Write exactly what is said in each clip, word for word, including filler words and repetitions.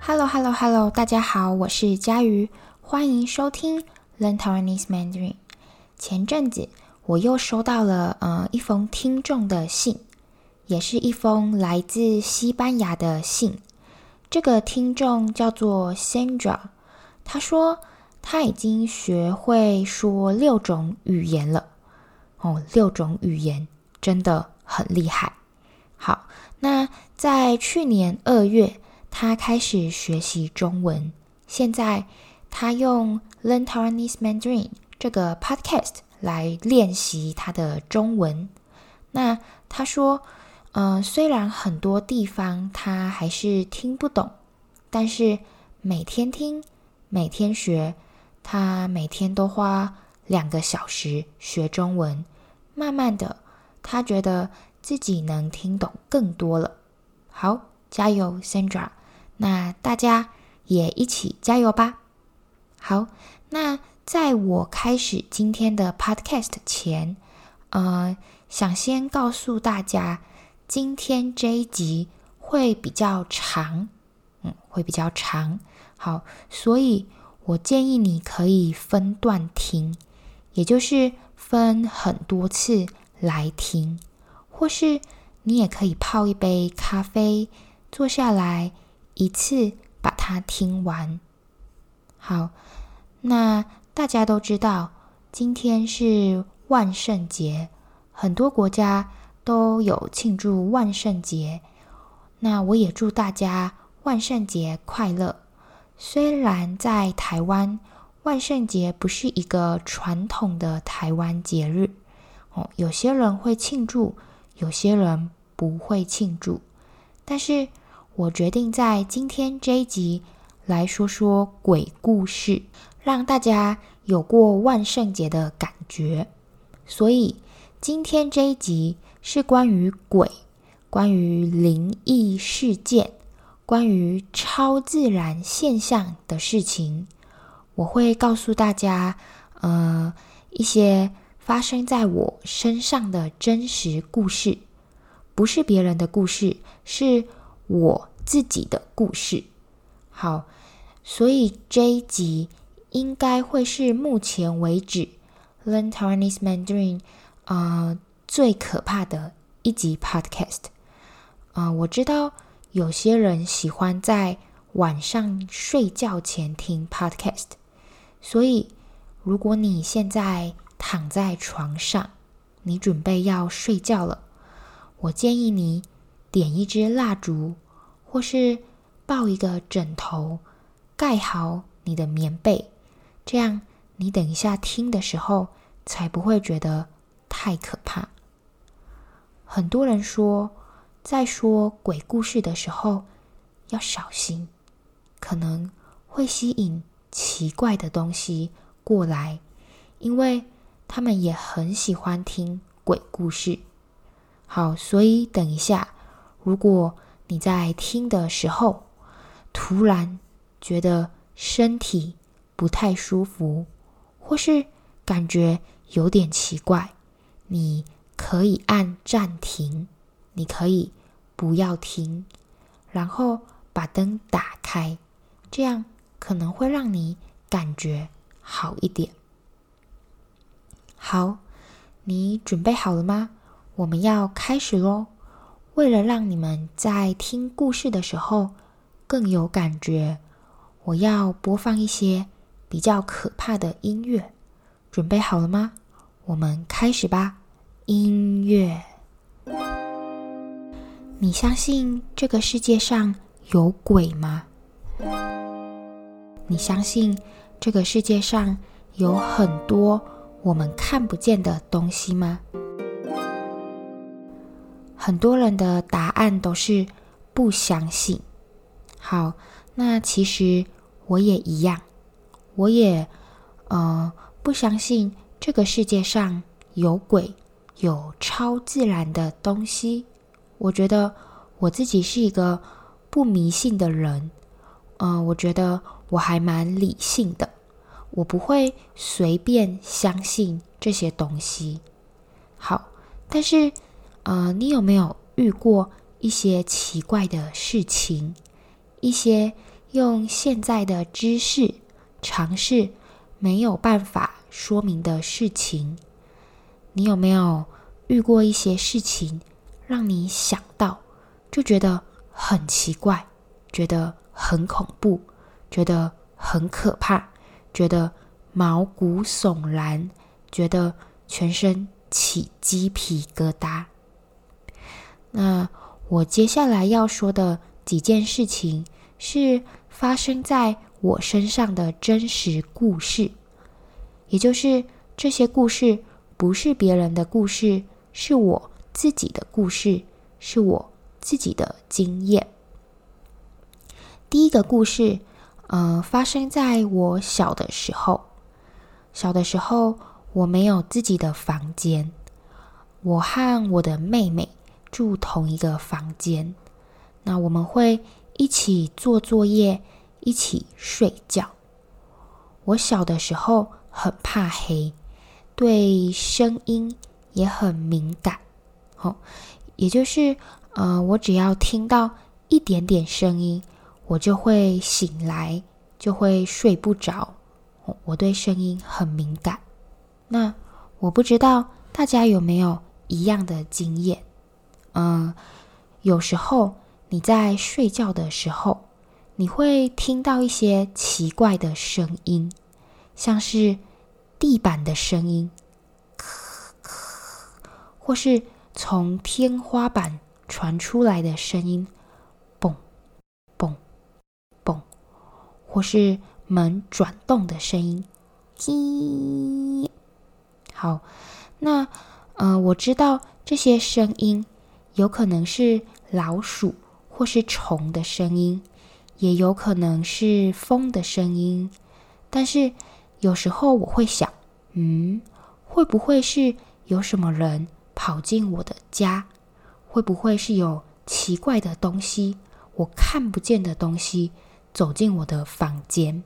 Hello Hello Hello， 大家好，我是佳瑜，欢迎收听 Learn Taiwanese Mandarin。前阵子我又收到了呃一封听众的信，也是一封来自西班牙的信。这个听众叫做 Sandra， 他说他已经学会说六种语言了。哦，六种语言真的很厉害。好，那在去年二月，他开始学习中文。现在他用 Learn Taiwanese Mandarin 这个 podcast 来练习他的中文。那他说，呃，虽然很多地方他还是听不懂，但是每天听，每天学，他每天都花两个小时学中文。慢慢的，他觉得自己能听懂更多了。好，加油 Sandra， 那大家也一起加油吧。好，那在我开始今天的 podcast 前，呃，想先告诉大家，今天这一集会比较长，嗯，会比较长。好，所以我建议你可以分段听，也就是分很多次来听，或是你也可以泡一杯咖啡，坐下来一次把它听完。好，那大家都知道今天是万圣节，很多国家都有庆祝万圣节。那我也祝大家万圣节快乐。虽然在台湾万圣节不是一个传统的台湾节日，哦，有些人会庆祝，有些人不会庆祝。但是我决定在今天这一集来说说鬼故事，让大家有过万圣节的感觉。所以今天这一集是关于鬼，关于灵异事件，关于超自然现象的事情。我会告诉大家，呃，一些发生在我身上的真实故事，不是别人的故事，是我自己的故事。好，所以这一集应该会是目前为止 Learn Taiwanese Mandarin 呃最可怕的一集 podcast。呃，我知道有些人喜欢在晚上睡觉前听 podcast。所以如果你现在躺在床上，你准备要睡觉了，我建议你点一支蜡烛，或是抱一个枕头，盖好你的棉被，这样你等一下听的时候才不会觉得太可怕。很多人说，在说鬼故事的时候要小心，可能会吸引奇怪的东西过来，因为他们也很喜欢听鬼故事。好，所以等一下，如果你在听的时候突然觉得身体不太舒服，或是感觉有点奇怪，你可以按暂停，你可以不要听，然后把灯打开，这样可能会让你感觉好一点。好，你准备好了吗？我们要开始咯。为了让你们在听故事的时候更有感觉，我要播放一些比较可怕的音乐。准备好了吗？我们开始吧。音乐。你相信这个世界上有鬼吗？你相信这个世界上有很多我们看不见的东西吗？很多人的答案都是不相信。好，那其实我也一样，我也呃不相信这个世界上有鬼，有超自然的东西。我觉得我自己是一个不迷信的人，呃，我觉得我还蛮理性的，我不会随便相信这些东西。好，但是呃，你有没有遇过一些奇怪的事情，一些用现在的知识、常识没有办法说明的事情。你有没有遇过一些事情，让你想到就觉得很奇怪，觉得很恐怖，觉得很可怕，觉得毛骨悚然，觉得全身起鸡皮疙瘩？那我接下来要说的几件事情是发生在我身上的真实故事，也就是这些故事不是别人的故事，是我自己的故事，是我自己的经验。第一个故事，呃，发生在我小的时候。小的时候，我没有自己的房间，我和我的妹妹住同一个房间。那我们会一起做作业，一起睡觉。我小的时候很怕黑，对声音也很敏感。哦，也就是呃，我只要听到一点点声音，我就会醒来，就会睡不着。哦，我对声音很敏感。那我不知道大家有没有一样的经验？嗯、呃，有时候你在睡觉的时候，你会听到一些奇怪的声音，像是地板的声音，或是从天花板传出来的声音，蹦蹦蹦，或是门转动的声音，叽。好，那呃，我知道这些声音有可能是老鼠或是虫的声音，也有可能是风的声音。但是有时候我会想，嗯，会不会是有什么人跑进我的家？会不会是有奇怪的东西，我看不见的东西走进我的房间？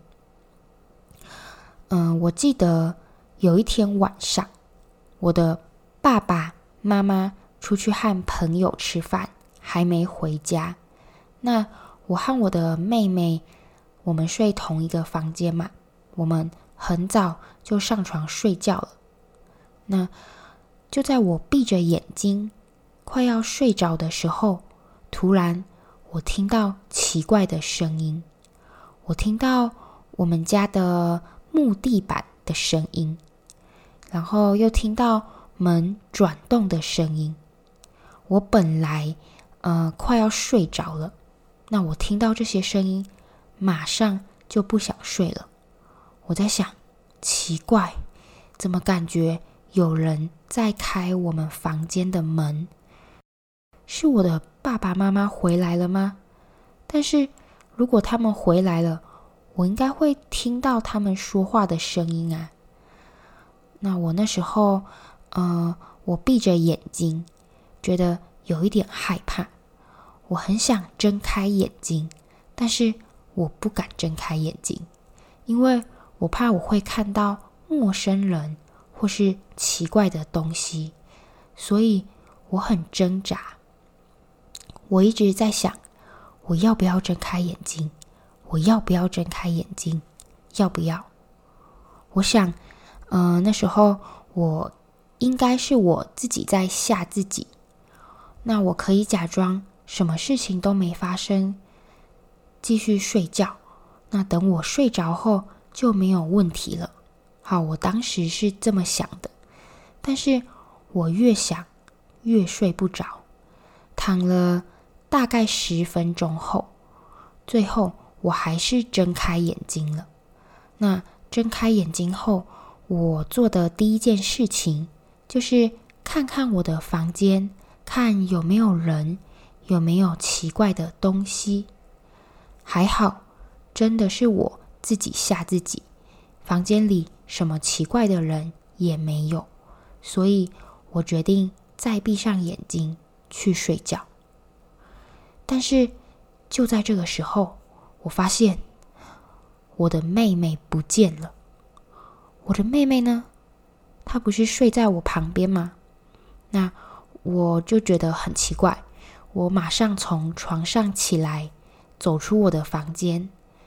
嗯，我记得有一天晚上，我的爸爸妈妈出去和朋友吃饭，还没回家。那我和我的妹妹，我们睡同一个房间嘛，我们很早就上床睡觉了。那就在我闭着眼睛快要睡着的时候，突然我听到奇怪的声音，我听到我们家的木地板的声音，然后又听到门转动的声音。我本来呃快要睡着了，那我听到这些声音，马上就不想睡了。我在想，奇怪，怎么感觉有人在开我们房间的门？是我的爸爸妈妈回来了吗？但是如果他们回来了，我应该会听到他们说话的声音啊。那我那时候呃，我闭着眼睛，觉得有一点害怕。我很想睁开眼睛，但是我不敢睁开眼睛，因为我怕我会看到陌生人或是奇怪的东西，所以我很挣扎。我一直在想，我要不要睁开眼睛？我要不要睁开眼睛？要不要？我想，呃，那时候我应该是我自己在吓自己。那我可以假装什么事情都没发生，继续睡觉。那等我睡着后就没有问题了。好，我当时是这么想的，但是我越想越睡不着，躺了大概十分钟后，最后我还是睁开眼睛了。那睁开眼睛后，我做的第一件事情就是看看我的房间，看有没有人，有没有奇怪的东西。还好，真的是我自己吓自己，房间里什么奇怪的人也没有，所以我决定再闭上眼睛去睡觉。但是就在这个时候，我发现我的妹妹不见了。我的妹妹呢？她不是睡在我旁边吗？那我就觉得很奇怪，我马上从床上起来，走出我的房间，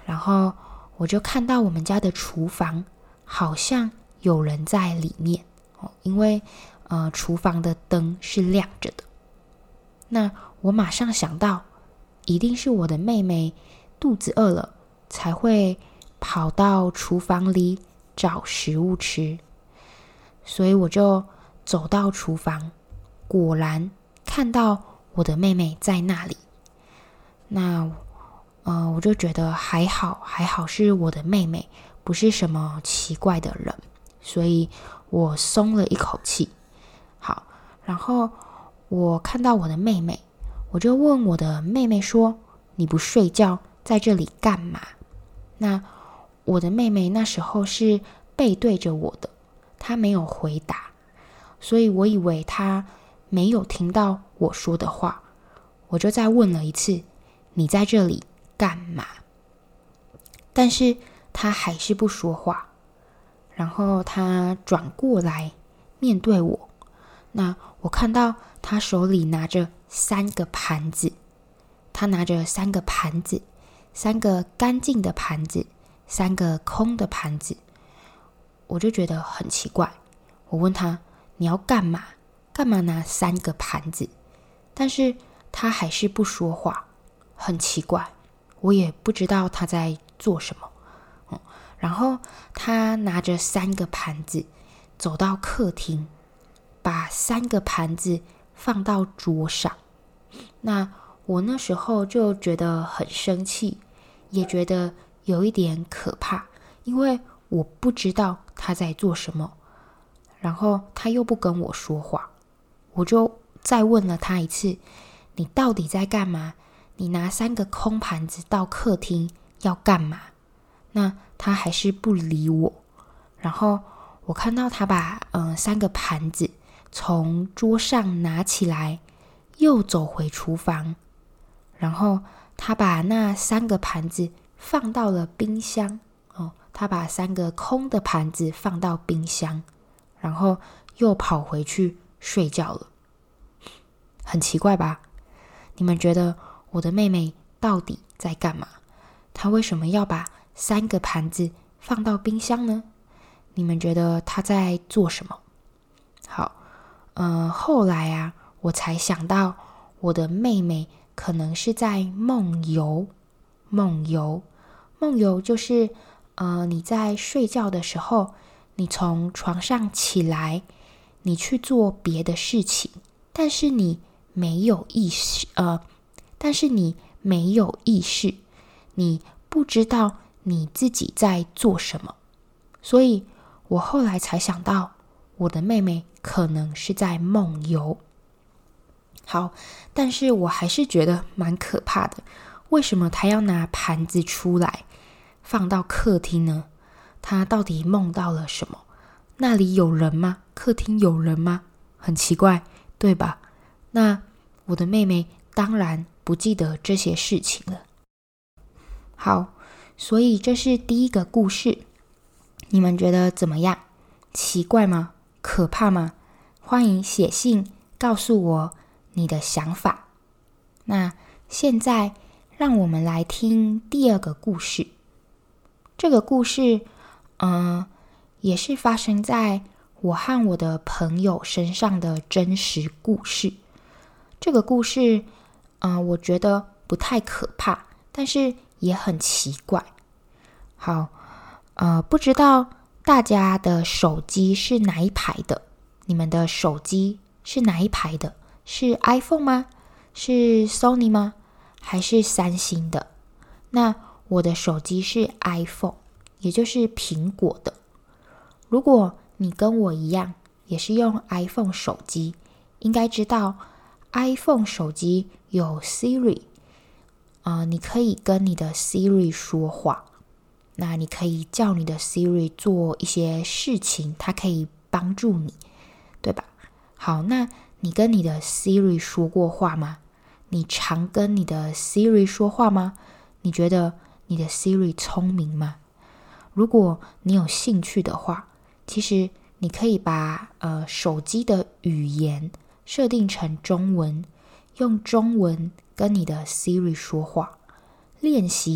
然后我就看到我们家的厨房好像有人在里面，因为呃厨房的灯是亮着的。那我马上想到，一定是我的妹妹肚子饿了，才会跑到厨房里找食物吃。所以我就走到厨房，果然看到我的妹妹在那里。那呃，我就觉得还好，还好是我的妹妹，不是什么奇怪的人，所以我松了一口气。好，然后我看到我的妹妹，我就问我的妹妹说：“你不睡觉，在这里干嘛？”那我的妹妹那时候是背对着我的，她没有回答，所以我以为她没有听到我说的话，我就再问了一次：“你在这里干嘛？”但是她还是不说话，然后她转过来面对我。那我看到她手里拿着三个盘子，她拿着三个盘子，三个干净的盘子，三个空的盘子。我就觉得很奇怪，我问她：“你要干嘛？干嘛拿三个盘子？”但是她还是不说话，很奇怪，我也不知道她在做什么。嗯、然后她拿着三个盘子走到客厅，把三个盘子放到桌上。那我那时候就觉得很生气，也觉得有一点可怕，因为我不知道他在做什么，然后他又不跟我说话。我就再问了他一次：“你到底在干嘛？你拿三个空盘子到客厅要干嘛？”那他还是不理我。然后我看到他把嗯三个盘子从桌上拿起来，又走回厨房，然后他把那三个盘子放到了冰箱。哦，他把三个空的盘子放到冰箱，然后又跑回去睡觉了。很奇怪吧？你们觉得我的妹妹到底在干嘛？她为什么要把三个盘子放到冰箱呢？你们觉得她在做什么？好，呃，后来啊，我才想到我的妹妹可能是在梦游。梦游，梦游就是呃，你在睡觉的时候，你从床上起来，你去做别的事情，但是你没有意识，呃，但是你没有意识，你不知道你自己在做什么。所以我后来才想到，我的妹妹可能是在梦游。好，但是我还是觉得蛮可怕的。为什么她要拿盘子出来放到客厅呢？她到底梦到了什么？那里有人吗？客厅有人吗？很奇怪，对吧？那我的妹妹当然不记得这些事情了。好，所以这是第一个故事。你们觉得怎么样？奇怪吗？可怕吗？欢迎写信告诉我你的想法。那现在让我们来听第二个故事。这个故事嗯，也是发生在我和我的朋友身上的真实故事。这个故事嗯，我觉得不太可怕，但是也很奇怪。好，呃，不知道大家的手机是哪一排的？你们的手机是哪一排的？是 iPhone 吗？是 Sony 吗？还是三星的？那我的手机是 iPhone， 也就是苹果的。如果你跟我一样也是用 iPhone 手机，应该知道 iPhone 手机有 Siri，呃，你可以跟你的 Siri 说话。那你可以叫你的 Siri 做一些事情，它可以帮助你，对吧？好，那你跟你的 Siri 说过话吗？你常跟你的 Siri 说话吗？你觉得你的 Siri 聪明吗？如果你有兴趣的话，其实你可以把呃手机的语言设定成中文，用中文跟你的 Siri 说话，练习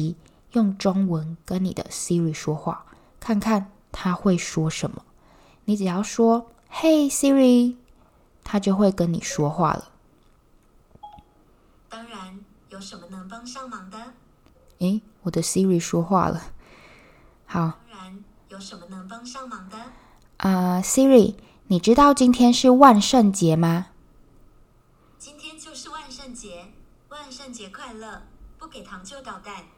用中文跟你的 Siri 说话，看看它会说什么。你只要说 Hey Siri， 它就会跟你说话了。 当然，有什么能帮上忙的？ 诶，我的 Siri 说话了。好。 当然，有什么能帮上忙的？ 呃 Siri， 你知道今天是万圣节吗？ 今天就是万圣节，万圣节快乐！不给糖就捣蛋。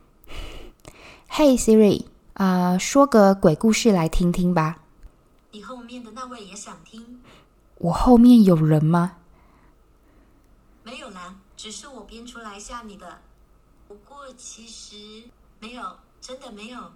Hey Siri， 呃，说个鬼故事来听听吧。 你后面的那位也想听？ 我后面有人吗？ 没有啦，只是我编出来吓你的。不过其实没有，真的没有。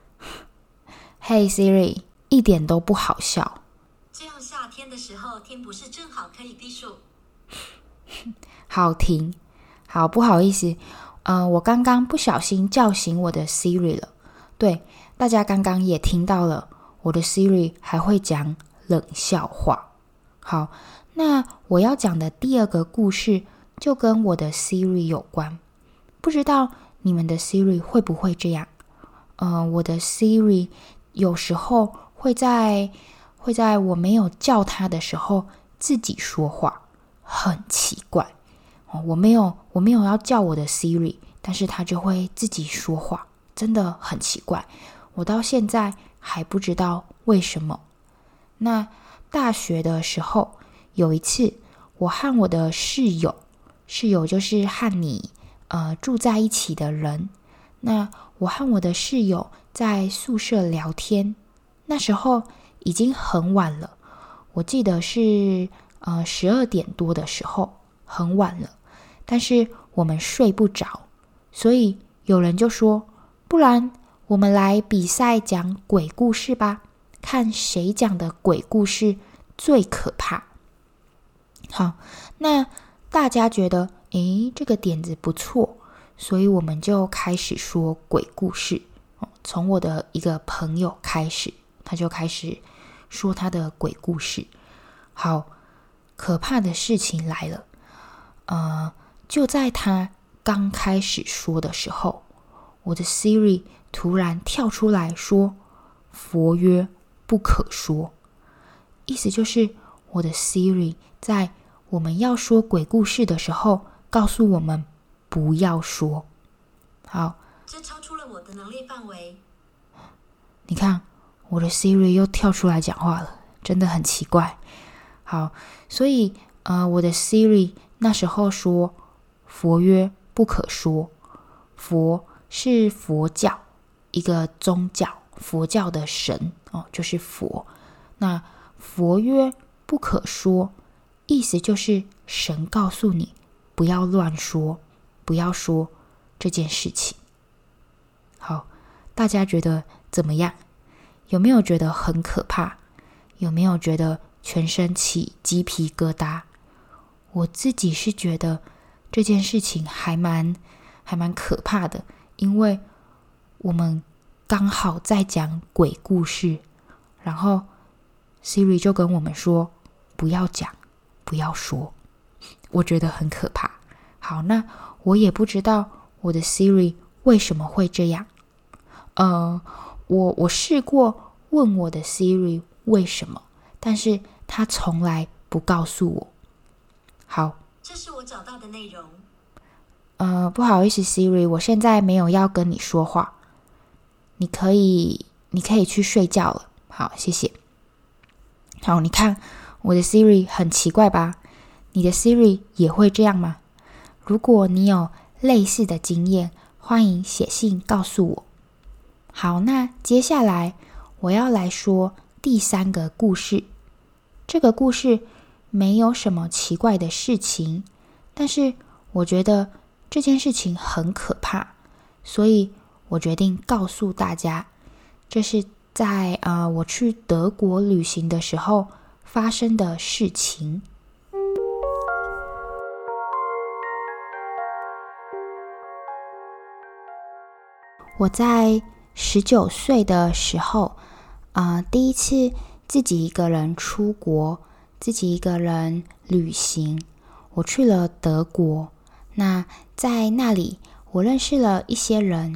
Hey Siri， 一点都不好笑。 这样夏天的时候，天不是正好可以避暑？ 好停，好不好意思，呃，我刚刚不小心叫醒我的 Siri 了。对，大家刚刚也听到了，我的 Siri 还会讲冷笑话。好，那我要讲的第二个故事就跟我的 Siri 有关。不知道你们的 Siri 会不会这样？呃，我的 Siri 有时候会在会在我没有叫它的时候自己说话，很奇怪。哦，我没有我没有要叫我的 Siri， 但是它就会自己说话，真的很奇怪。我到现在还不知道为什么。那大学的时候，有一次我和我的室友，室友就是和你呃住在一起的人。那我和我的室友在宿舍聊天，那时候已经很晚了，我记得是呃十二点多的时候，很晚了。但是我们睡不着，所以有人就说，不然我们来比赛讲鬼故事吧，看谁讲的鬼故事最可怕。好，那大家觉得诶这个点子不错，所以我们就开始说鬼故事。从我的一个朋友开始，他就开始说他的鬼故事。好，可怕的事情来了。呃就在他刚开始说的时候，我的 Siri 突然跳出来说，佛曰不可说。意思就是我的 Siri 在我们要说鬼故事的时候告诉我们不要说。好， 这超出了我的能力范围。 你看我的 Siri 又跳出来讲话了，真的很奇怪。好，所以呃，我的 Siri 那时候说佛曰不可说。佛是佛教，一个宗教，佛教的神哦，就是佛。那佛曰不可说，意思就是神告诉你不要乱说，不要说这件事情。好，大家觉得怎么样？有没有觉得很可怕？有没有觉得全身起鸡皮疙瘩？我自己是觉得这件事情还蛮还蛮可怕的，因为我们刚好在讲鬼故事，然后 Siri 就跟我们说不要讲，不要说，我觉得很可怕。好，那我也不知道我的 Siri 为什么会这样。呃，我我试过问我的 Siri 为什么，但是他从来不告诉我。好， 这是我找到的内容。 呃，不好意思 Siri， 我现在没有要跟你说话，你可以你可以去睡觉了。好，谢谢。好，你看我的 Siri 很奇怪吧？你的 Siri 也会这样吗？如果你有类似的经验，欢迎写信告诉我。好，那接下来我要来说第三个故事。这个故事没有什么奇怪的事情，但是我觉得这件事情很可怕，所以我决定告诉大家，这是在呃我去德国旅行的时候发生的事情。我在十九岁的时候，呃，第一次自己一个人出国，自己一个人旅行。我去了德国，那在那里我认识了一些人，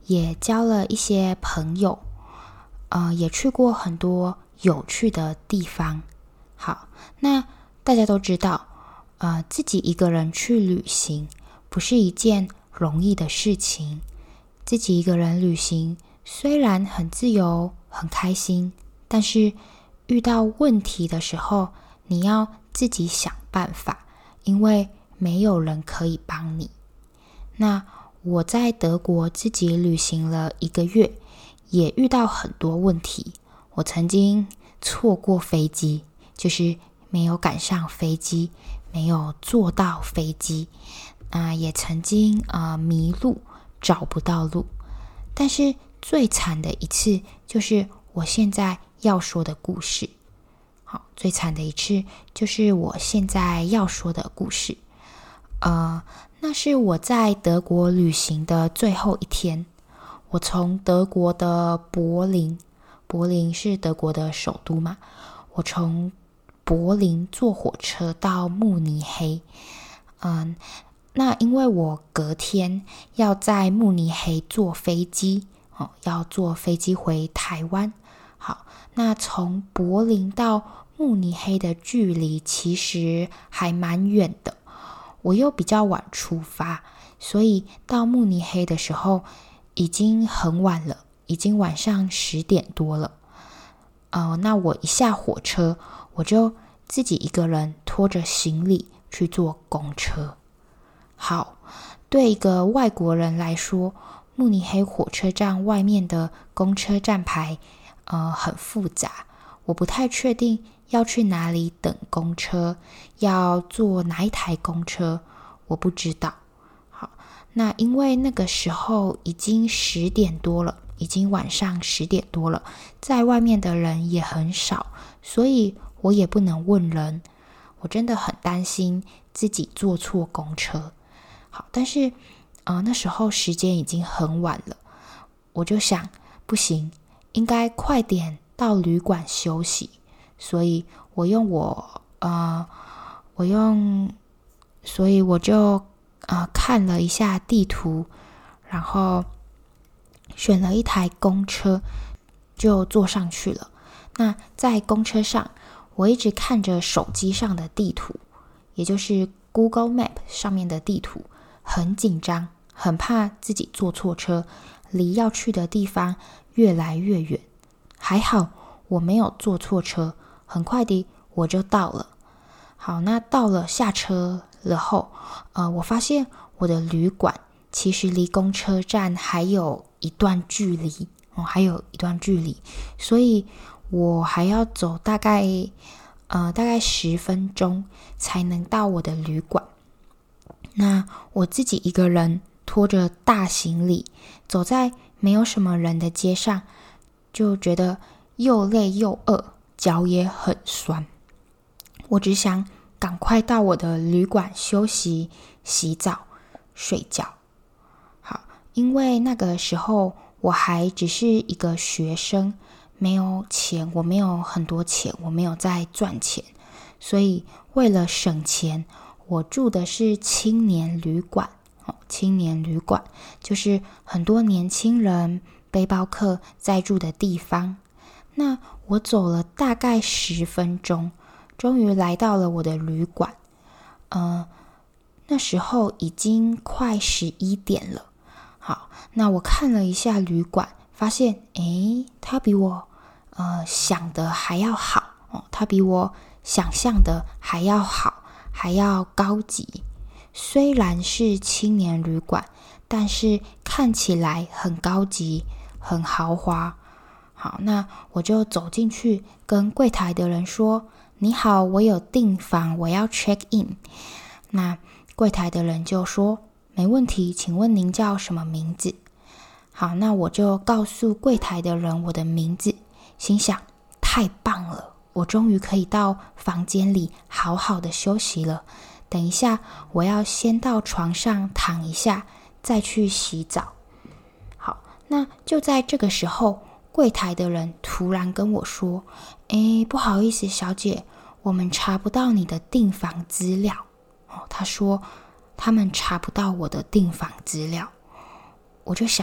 也交了一些朋友，呃，也去过很多有趣的地方。好，那大家都知道，呃，自己一个人去旅行不是一件容易的事情。自己一个人旅行虽然很自由、很开心，但是遇到问题的时候，你要自己想办法，因为没有人可以帮你。那我在德国自己旅行了一个月，也遇到很多问题。我曾经错过飞机，就是没有赶上飞机，没有坐到飞机，啊、呃，也曾经啊、呃、迷路，找不到路。但是最惨的一次，就是我现在要说的故事。好，最惨的一次就是我现在要说的故事。呃，那是我在德国旅行的最后一天。我从德国的柏林，柏林是德国的首都嘛，我从柏林坐火车到慕尼黑。嗯，那因为我隔天要在慕尼黑坐飞机，哦，要坐飞机回台湾。好，那从柏林到慕尼黑的距离其实还蛮远的。我又比较晚出发，所以到慕尼黑的时候已经很晚了，已经晚上十点多了。呃，那我一下火车，我就自己一个人拖着行李去坐公车。好，对一个外国人来说，慕尼黑火车站外面的公车站牌呃很复杂，我不太确定要去哪里等公车，要坐哪一台公车，我不知道。好，那因为那个时候已经十点多了，已经晚上十点多了，在外面的人也很少，所以我也不能问人。我真的很担心自己坐错公车。好，但是呃那时候时间已经很晚了，我就想不行，应该快点到旅馆休息。所以我用我呃，我用，所以我就呃看了一下地图，然后选了一台公车，就坐上去了。那在公车上，我一直看着手机上的地图，也就是 Google Map 上面的地图，很紧张，很怕自己坐错车，离要去的地方越来越远。还好我没有坐错车，很快的我就到了。好，那到了下车了后，呃，我发现我的旅馆其实离公车站还有一段距离，哦，还有一段距离，所以我还要走大概呃大概十分钟才能到我的旅馆。那我自己一个人拖着大行李，走在没有什么人的街上，就觉得又累又饿，脚也很酸。我只想赶快到我的旅馆休息、洗澡、睡觉。好，因为那个时候我还只是一个学生，没有钱，我没有很多钱，我没有在赚钱，所以为了省钱，我住的是青年旅馆。青年旅馆就是很多年轻人、背包客在住的地方。那我走了大概十分钟，终于来到了我的旅馆。呃，那时候已经快十一点了。好，那我看了一下旅馆，发现，诶，它比我呃想的还要好哦，它比我想象的还要好，还要高级。虽然是青年旅馆，但是看起来很高级，很豪华。好，那我就走进去跟柜台的人说，你好，我有订房，我要 check in。 那柜台的人就说，没问题，请问您叫什么名字？好，那我就告诉柜台的人我的名字，心想太棒了，我终于可以到房间里好好的休息了。等一下我要先到床上躺一下，再去洗澡。好，那就在这个时候，柜台的人突然跟我说，诶，不好意思小姐，我们查不到你的订房资料。哦，他说他们查不到我的订房资料。我就想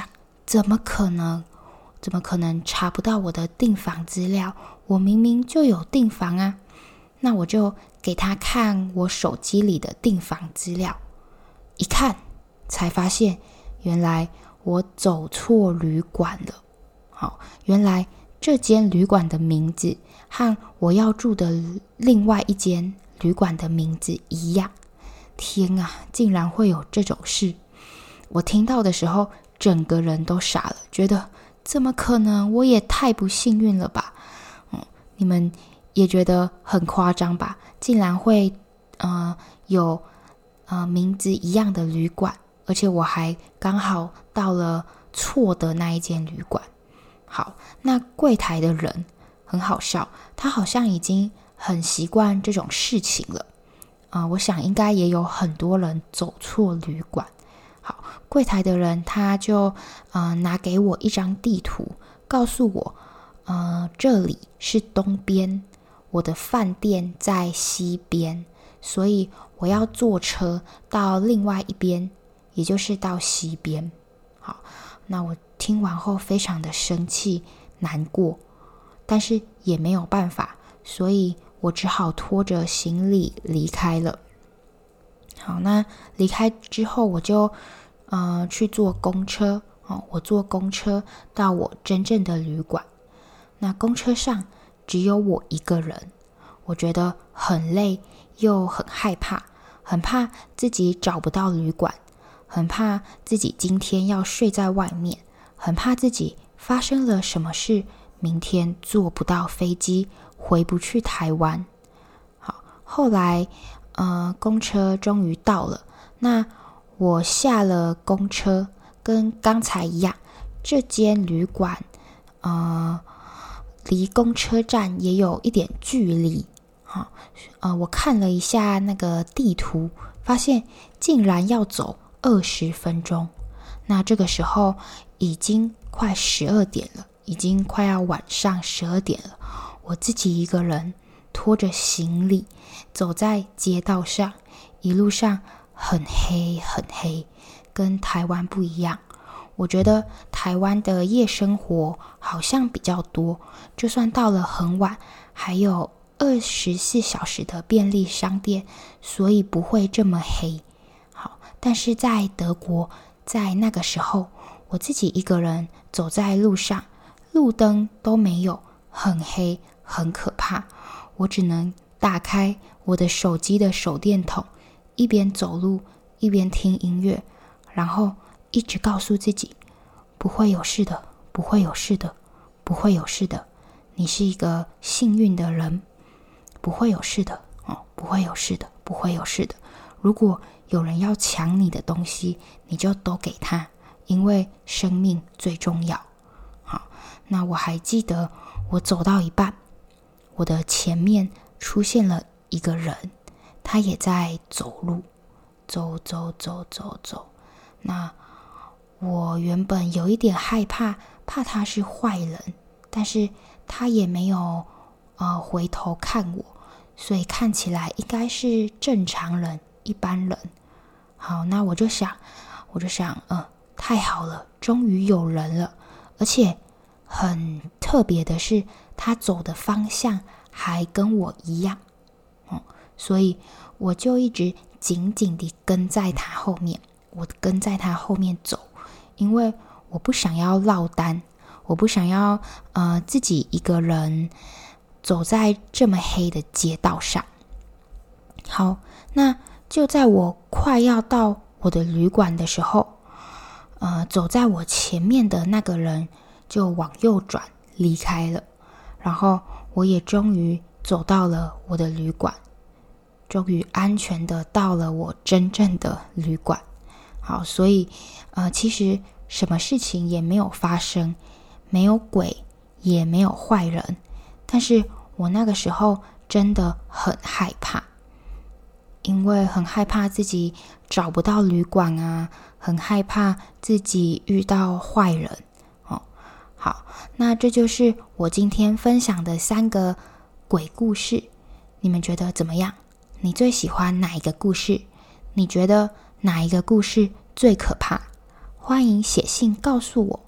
怎么可能？怎么可能查不到我的订房资料？我明明就有订房啊！那我就给他看我手机里的订房资料，一看才发现，原来我走错旅馆了。好，原来这间旅馆的名字和我要住的另外一间旅馆的名字一样。天啊，竟然会有这种事！我听到的时候，整个人都傻了，觉得怎么可能？我也太不幸运了吧！嗯，你们也觉得很夸张吧？竟然会呃有呃名字一样的旅馆，而且我还刚好到了错的那一间旅馆。好，那柜台的人很好笑，他好像已经很习惯这种事情了。呃，我想应该也有很多人走错旅馆。好，柜台的人他就呃拿给我一张地图，告诉我，呃，这里是东边，我的饭店在西边，所以我要坐车到另外一边，也就是到西边。好，那我听完后非常的生气难过，但是也没有办法，所以我只好拖着行李离开了。好，那离开之后我就呃去坐公车。哦，我坐公车到我真正的旅馆。那公车上只有我一个人，我觉得很累又很害怕，很怕自己找不到旅馆，很怕自己今天要睡在外面，很怕自己发生了什么事，明天坐不到飞机，回不去台湾。好，后来呃，公车终于到了，那我下了公车，跟刚才一样，这间旅馆呃离公车站也有一点距离。好，呃，我看了一下那个地图，发现竟然要走二十分钟。那这个时候已经快十二点了，已经快要晚上十二点了。我自己一个人拖着行李走在街道上，一路上很黑很黑，跟台湾不一样。我觉得台湾的夜生活好像比较多，就算到了很晚，还有二十四小时的便利商店，所以不会这么黑。好，但是在德国，在那个时候，我自己一个人走在路上，路灯都没有，很黑，很可怕。我只能打开我的手机的手电筒，一边走路一边听音乐，然后一直告诉自己，不会有事的，不会有事的，不会有事的，你是一个幸运的人，不会有事的，哦，不会有事的，不会有事的。如果有人要抢你的东西，你就都给他，因为生命最重要。好，那我还记得我走到一半，我的前面出现了一个人，他也在走路，走走走走走。那我原本有一点害怕，怕他是坏人，但是他也没有呃回头看我，所以看起来应该是正常人，一般人。好，那我就想，我就想，呃，太好了，终于有人了，而且很特别的是，他走的方向还跟我一样，嗯，所以我就一直紧紧地跟在他后面，我跟在他后面走，因为我不想要落单，我不想要呃自己一个人走在这么黑的街道上。好，那就在我快要到我的旅馆的时候，呃，走在我前面的那个人就往右转离开了，然后我也终于走到了我的旅馆，终于安全的到了我真正的旅馆。好，所以呃，其实什么事情也没有发生，没有鬼，也没有坏人，但是我那个时候真的很害怕，因为很害怕自己找不到旅馆啊，很害怕自己遇到坏人。哦，好，那这就是我今天分享的三个鬼故事，你们觉得怎么样？你最喜欢哪一个故事？你觉得哪一个故事最可怕？欢迎写信告诉我，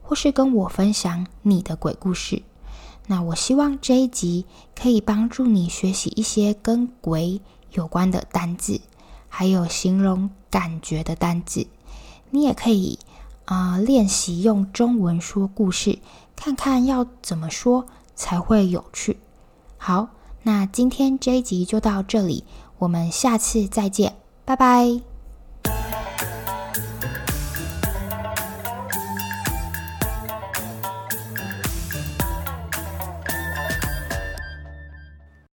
或是跟我分享你的鬼故事。那我希望这一集可以帮助你学习一些跟鬼有关的单字，还有形容感觉的单字。你也可以呃练习用中文说故事，看看要怎么说才会有趣。好，那今天这一集就到这里，我们下次再见，拜拜。